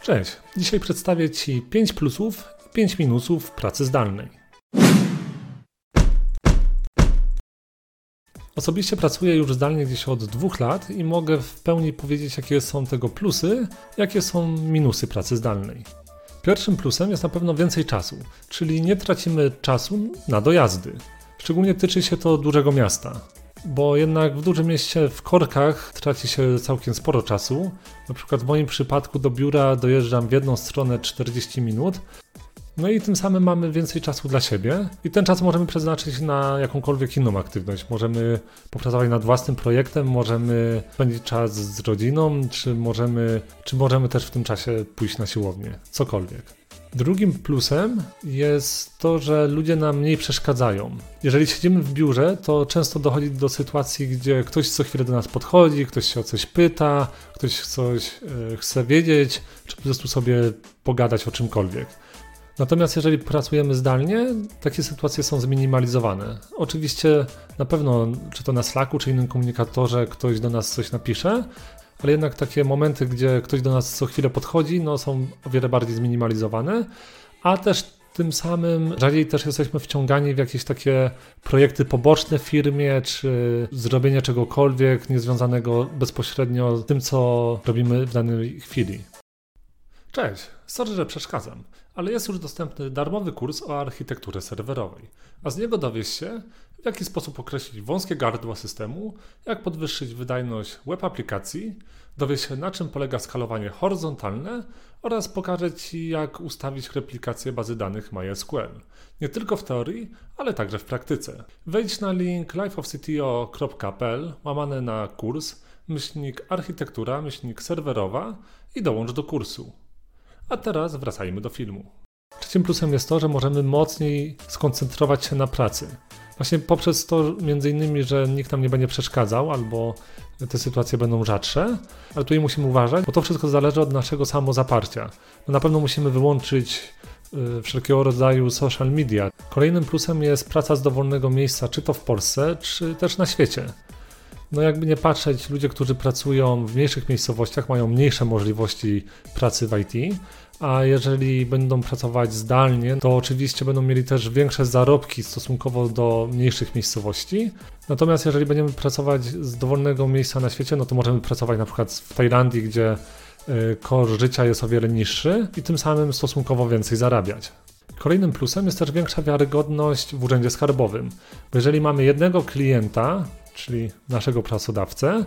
Cześć, dzisiaj przedstawię Ci 5 plusów i 5 minusów pracy zdalnej. Osobiście pracuję już zdalnie gdzieś od 2 lat i mogę w pełni powiedzieć, jakie są tego plusy, jakie są minusy pracy zdalnej. Pierwszym plusem jest na pewno więcej czasu, czyli nie tracimy czasu na dojazdy. Szczególnie tyczy się to dużego miasta, bo jednak w dużym mieście w korkach traci się całkiem sporo czasu. Na przykład w moim przypadku do biura dojeżdżam w jedną stronę 40 minut, no i tym samym mamy więcej czasu dla siebie i ten czas możemy przeznaczyć na jakąkolwiek inną aktywność. Możemy popracować nad własnym projektem, możemy spędzić czas z rodziną, czy możemy też w tym czasie pójść na siłownię, cokolwiek. Drugim plusem jest to, że ludzie nam mniej przeszkadzają. Jeżeli siedzimy w biurze, to często dochodzi do sytuacji, gdzie ktoś co chwilę do nas podchodzi, ktoś się o coś pyta, ktoś coś chce wiedzieć, czy po prostu sobie pogadać o czymkolwiek. Natomiast jeżeli pracujemy zdalnie, takie sytuacje są zminimalizowane. Oczywiście na pewno, czy to na Slacku, czy innym komunikatorze ktoś do nas coś napisze, ale jednak takie momenty, gdzie ktoś do nas co chwilę podchodzi, są o wiele bardziej zminimalizowane, a też tym samym rzadziej też jesteśmy wciągani w jakieś takie projekty poboczne w firmie, czy zrobienie czegokolwiek niezwiązanego bezpośrednio z tym, co robimy w danej chwili. Cześć, sorry, że przeszkadzam, ale jest już dostępny darmowy kurs o architekturze serwerowej, a z niego dowiesz się, w jaki sposób określić wąskie gardła systemu, jak podwyższyć wydajność web aplikacji, dowiesz się, na czym polega skalowanie horyzontalne oraz pokażę Ci, jak ustawić replikację bazy danych MySQL. Nie tylko w teorii, ale także w praktyce. Wejdź na link lifeofcto.pl /kurs /architektura /serwerowa i dołącz do kursu. A teraz wracajmy do filmu. Trzecim plusem jest to, że możemy mocniej skoncentrować się na pracy. Właśnie poprzez to między innymi, że nikt nam nie będzie przeszkadzał albo te sytuacje będą rzadsze, ale tutaj musimy uważać, bo to wszystko zależy od naszego samozaparcia. Na pewno musimy wyłączyć wszelkiego rodzaju social media. Kolejnym plusem jest praca z dowolnego miejsca, czy to w Polsce, czy też na świecie. Jakby nie patrzeć, ludzie, którzy pracują w mniejszych miejscowościach, mają mniejsze możliwości pracy w IT, a jeżeli będą pracować zdalnie, to oczywiście będą mieli też większe zarobki stosunkowo do mniejszych miejscowości. Natomiast jeżeli będziemy pracować z dowolnego miejsca na świecie, to możemy pracować na przykład w Tajlandii, gdzie koszt życia jest o wiele niższy i tym samym stosunkowo więcej zarabiać. Kolejnym plusem jest też większa wiarygodność w urzędzie skarbowym, bo jeżeli mamy jednego klienta, czyli naszego pracodawcę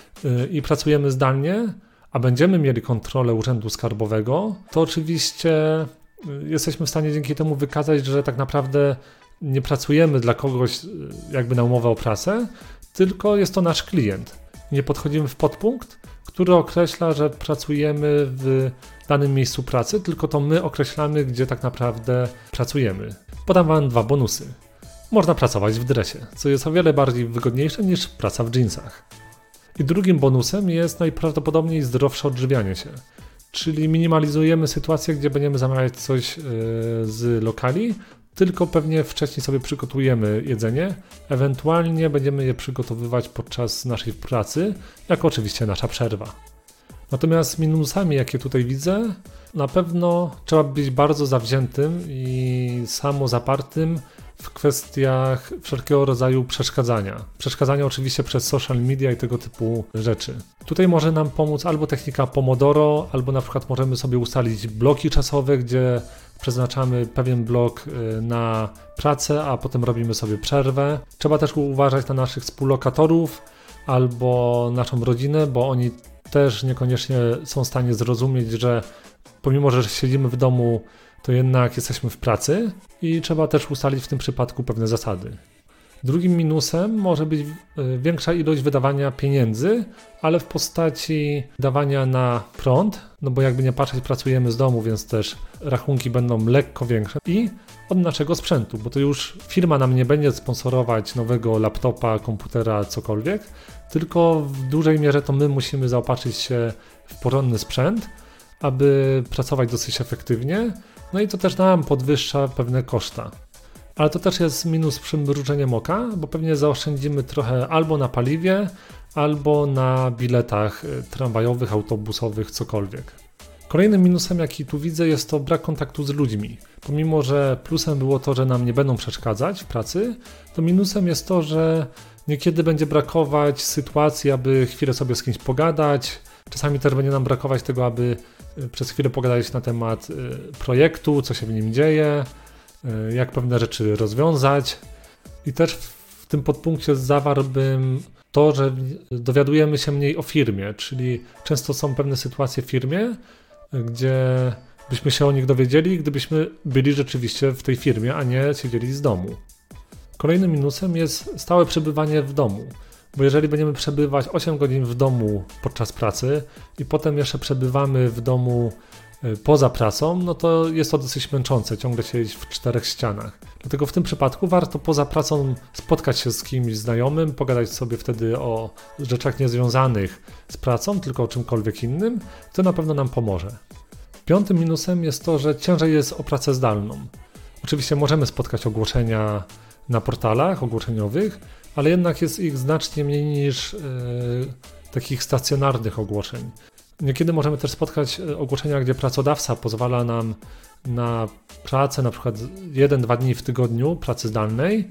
i pracujemy zdalnie, a będziemy mieli kontrolę urzędu skarbowego, to oczywiście jesteśmy w stanie dzięki temu wykazać, że tak naprawdę nie pracujemy dla kogoś jakby na umowę o pracę, tylko jest to nasz klient. Nie podchodzimy w podpunkt, który określa, że pracujemy w danym miejscu pracy, tylko to my określamy, gdzie tak naprawdę pracujemy. Podam Wam 2 bonusy. Można pracować w dresie, co jest o wiele bardziej wygodniejsze niż praca w dżinsach. I drugim bonusem jest najprawdopodobniej zdrowsze odżywianie się, czyli minimalizujemy sytuację, gdzie będziemy zamawiać coś z lokali, tylko pewnie wcześniej sobie przygotujemy jedzenie, ewentualnie będziemy je przygotowywać podczas naszej pracy, jak oczywiście nasza przerwa. Natomiast minusami, jakie tutaj widzę, na pewno trzeba być bardzo zawziętym i samozapartym w kwestiach wszelkiego rodzaju przeszkadzania. Przeszkadzania oczywiście przez social media i tego typu rzeczy. Tutaj może nam pomóc albo technika Pomodoro, albo na przykład możemy sobie ustalić bloki czasowe, gdzie przeznaczamy pewien blok na pracę, a potem robimy sobie przerwę. Trzeba też uważać na naszych współlokatorów albo naszą rodzinę, bo oni też niekoniecznie są w stanie zrozumieć, że pomimo, że siedzimy w domu, to jednak jesteśmy w pracy i trzeba też ustalić w tym przypadku pewne zasady. Drugim minusem może być większa ilość wydawania pieniędzy, ale w postaci dawania na prąd, bo jakby nie patrzeć, pracujemy z domu, więc też rachunki będą lekko większe i od naszego sprzętu, bo to już firma nam nie będzie sponsorować nowego laptopa, komputera, cokolwiek, tylko w dużej mierze to my musimy zaopatrzyć się w porządny sprzęt, aby pracować dosyć efektywnie, i to też nam podwyższa pewne koszta. Ale to też jest minus przymrużeniem oka, bo pewnie zaoszczędzimy trochę albo na paliwie, albo na biletach tramwajowych, autobusowych, cokolwiek. Kolejnym minusem, jaki tu widzę, jest to brak kontaktu z ludźmi. Pomimo, że plusem było to, że nam nie będą przeszkadzać w pracy, to minusem jest to, że niekiedy będzie brakować sytuacji, aby chwilę sobie z kimś pogadać. Czasami też będzie nam brakować tego, aby przez chwilę pogadać na temat projektu, co się w nim dzieje, jak pewne rzeczy rozwiązać. I też w tym podpunkcie zawarłbym to, że dowiadujemy się mniej o firmie, czyli często są pewne sytuacje w firmie, gdzie byśmy się o nich dowiedzieli, gdybyśmy byli rzeczywiście w tej firmie, a nie siedzieli z domu. Kolejnym minusem jest stałe przebywanie w domu, bo jeżeli będziemy przebywać 8 godzin w domu podczas pracy i potem jeszcze przebywamy w domu poza pracą, no to jest to dosyć męczące, ciągle siedzieć w 4 ścianach. Dlatego w tym przypadku warto poza pracą spotkać się z kimś znajomym, pogadać sobie wtedy o rzeczach niezwiązanych z pracą, tylko o czymkolwiek innym, to na pewno nam pomoże. Piątym minusem jest to, że ciężej jest o pracę zdalną. Oczywiście możemy spotkać ogłoszenia na portalach ogłoszeniowych, ale jednak jest ich znacznie mniej niż takich stacjonarnych ogłoszeń. Niekiedy możemy też spotkać ogłoszenia, gdzie pracodawca pozwala nam na pracę na przykład 1-2 dni w tygodniu pracy zdalnej,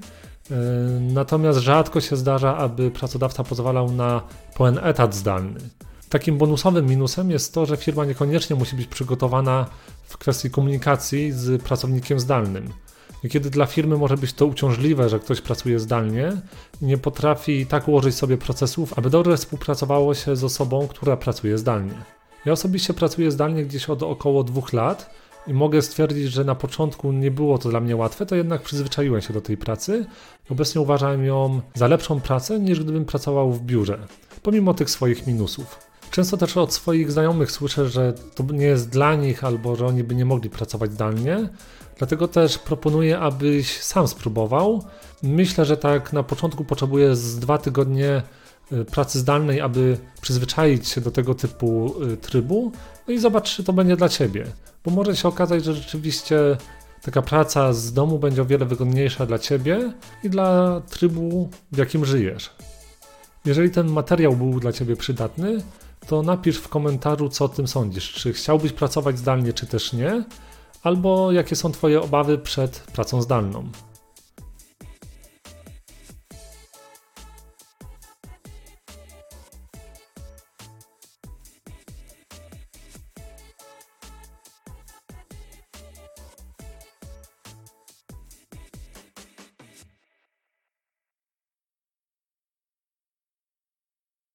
natomiast rzadko się zdarza, aby pracodawca pozwalał na pełen etat zdalny. Takim bonusowym minusem jest to, że firma niekoniecznie musi być przygotowana w kwestii komunikacji z pracownikiem zdalnym. Niekiedy dla firmy może być to uciążliwe, że ktoś pracuje zdalnie i nie potrafi tak ułożyć sobie procesów, aby dobrze współpracowało się z osobą, która pracuje zdalnie. Ja osobiście pracuję zdalnie gdzieś od około 2 lat i mogę stwierdzić, że na początku nie było to dla mnie łatwe, to jednak przyzwyczaiłem się do tej pracy i obecnie uważam ją za lepszą pracę niż gdybym pracował w biurze, pomimo tych swoich minusów. Często też od swoich znajomych słyszę, że to nie jest dla nich albo że oni by nie mogli pracować zdalnie, dlatego też proponuję, abyś sam spróbował. Myślę, że tak na początku potrzebuję z 2 tygodnie pracy zdalnej, aby przyzwyczaić się do tego typu trybu, no i zobacz, czy to będzie dla Ciebie, bo może się okazać, że rzeczywiście taka praca z domu będzie o wiele wygodniejsza dla Ciebie i dla trybu, w jakim żyjesz. Jeżeli ten materiał był dla Ciebie przydatny, to napisz w komentarzu, co o tym sądzisz, czy chciałbyś pracować zdalnie, czy też nie, albo jakie są Twoje obawy przed pracą zdalną.